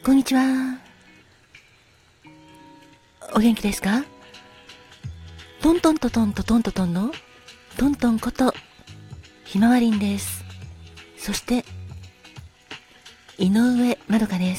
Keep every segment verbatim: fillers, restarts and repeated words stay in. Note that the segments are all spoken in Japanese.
こんにちは。お元気ですか？トントントトントトントトンのトントンことひまわりんです。そして井上まどかです。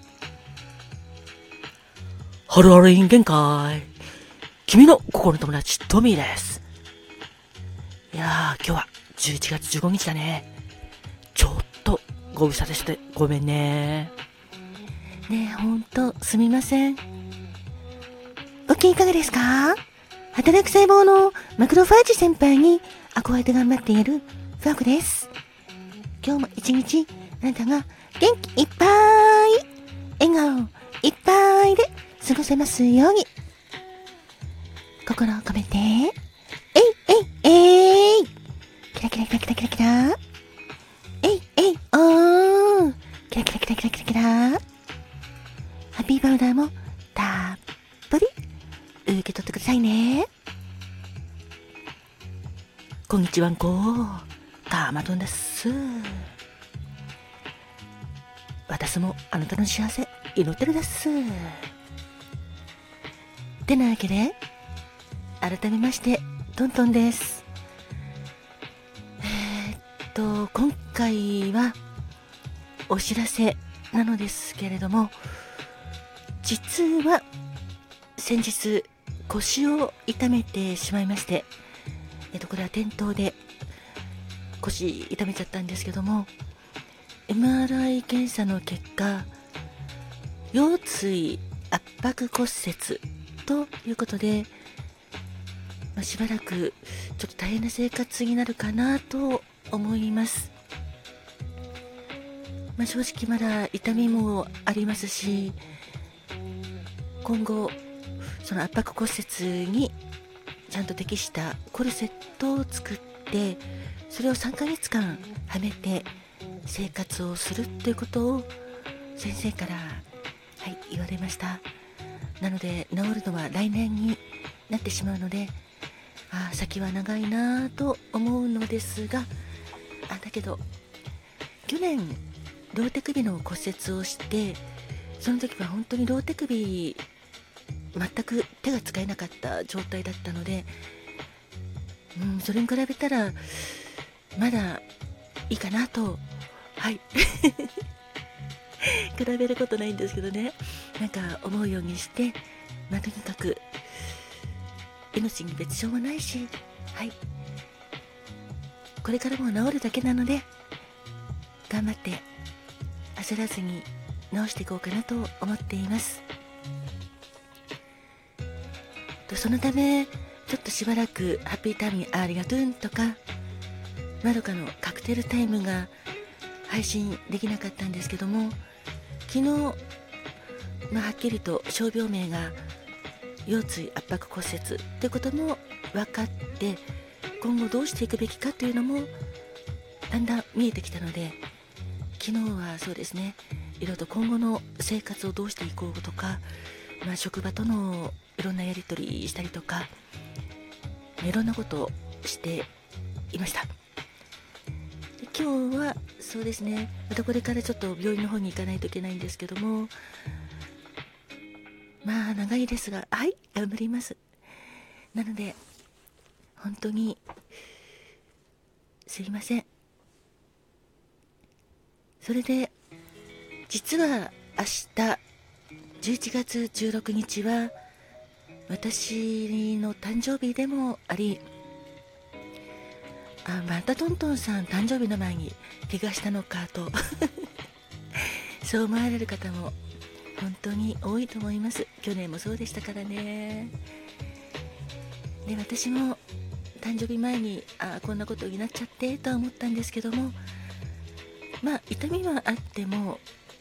ハロハロ人間界、君の心の友達トミーです。いやー、今日はじゅういちがつじゅうごにちだね。ちょっとご無沙汰してごめんね。ねえ、ほんとすみません。ご機嫌いかがですか？働く細胞のマクロファージ先輩に憧れて頑張っているファークです。今日も一日あなたが元気いっぱい、笑顔いっぱいで過ごせますように。心を込めて、えいえいえい、キラキラキラキラキラキラ、えいえいおー、キラキラキラキラキラキラ、ハッピーパウダーもたっぷり受け取ってくださいね。こんにちはんこ、たまとんです。私もあなたの幸せ祈ってるです。てなわけで改めましてトントンです。えー、っと今回はお知らせなのですけれども、実は先日腰を痛めてしまいまして、えっとこれは転倒で腰痛めちゃったんですけども、 エムアールアイ 検査の結果、腰椎圧迫骨折ということで、まあ、しばらくちょっと大変な生活になるかなと思います。まあ、正直まだ痛みもありますし、今後その圧迫骨折にちゃんと適したコルセットを作って、それをさんかげつかんはめて生活をするということを先生から、はい、言われました。なので治るのは来年になってしまうので、あ先は長いなと思うのですが、あだけど去年両手首の骨折をして、その時は本当に両手首全く手が使えなかった状態だったので、うん、それに比べたらまだいいかなと、はい比べることないんですけどね、なんか思うようにして、まあ、とにかく命に別状はないし、はい、これからも治るだけなので頑張って焦らずに治していこうかなと思っています。とそのためちょっとしばらくハッピータミーありがとうとかまどかのカクテルタイムが配信できなかったんですけども、昨日、まあ、はっきりと傷病名が腰椎圧迫骨折ということも分かって、今後どうしていくべきかというのもだんだん見えてきたので、昨日はそうですね、いろいろと今後の生活をどうしていこうとか、まあ、職場とのいろんなやり取りしたりとか、いろんなことをしていました。で今日はそうですね、またこれからちょっと病院の方に行かないといけないんですけども、まあ長いですが、はい頑張ります。なので本当にすいません。それで実は明日じゅういちがつじゅうろくにちは私の誕生日でもあり、あまたトントンさん誕生日の前に怪我したのかとそう思われる方も本当に多いと思います。去年もそうでしたからね。で私も誕生日前にあこんなことになっちゃってとは思ったんですけども、まあ痛みはあっても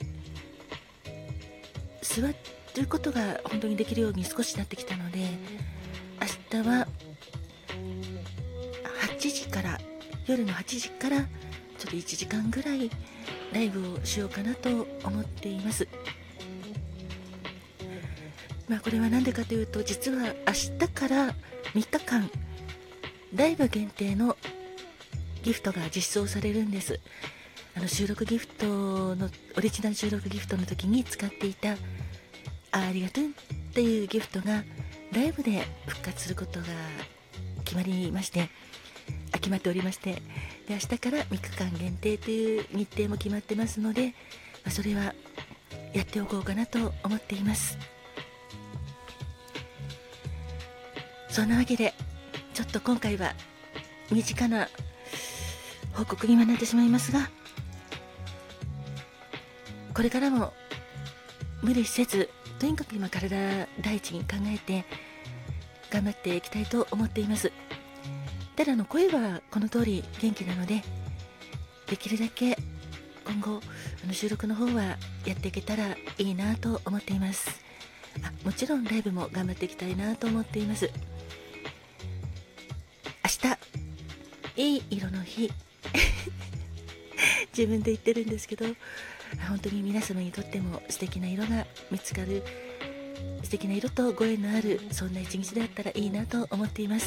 座ることが本当にできるように少しなってきたので、明日ははちじから夜のはちじからちょっといちじかんぐらいライブをしようかなと思っています。まあこれは何でかというと、実は明日からみっかかんライブ限定のギフトが実装されるんです。 あの収録ギフトのオリジナル収録ギフトの時に使っていたありがとうっていうギフトがライブで復活することが決まりましてあ決まっておりましてで明日からみっかかん限定という日程も決まってますので、まあ、それはやっておこうかなと思っています。そんなわけでちょっと今回は身近な報告にはなってしまいますが、これからも無理せずとにかく今体第一に考えて頑張っていきたいと思っています。ただの声はこの通り元気なのでできるだけ今後あの収録の方はやっていけたらいいなと思っています。あもちろんライブも頑張っていきたいなと思っています。明日いい色の日自分で言ってるんですけど本当に皆様にとっても素敵な色が見つかる素敵な色とご縁のあるそんな一日であったらいいなと思っています。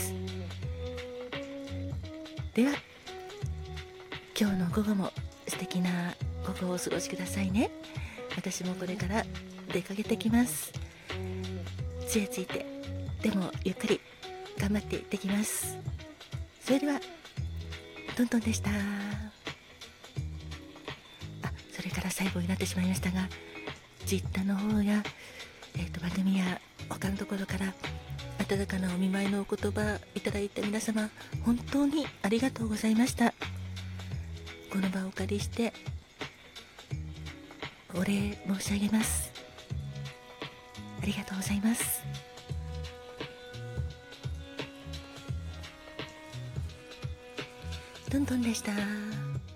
では今日の午後も素敵な午後をお過ごしくださいね。私もこれから出かけてきます。杖ついてでもゆっくり頑張って行ってきます。それではトントンでした。あそれから最後になってしまいましたがツイッターの方や、えー、と番組や他のところから温かなお見舞いのお言葉いただいた皆様本当にありがとうございました。この場をお借りしてお礼申し上げます。ありがとうございます。トントンでした。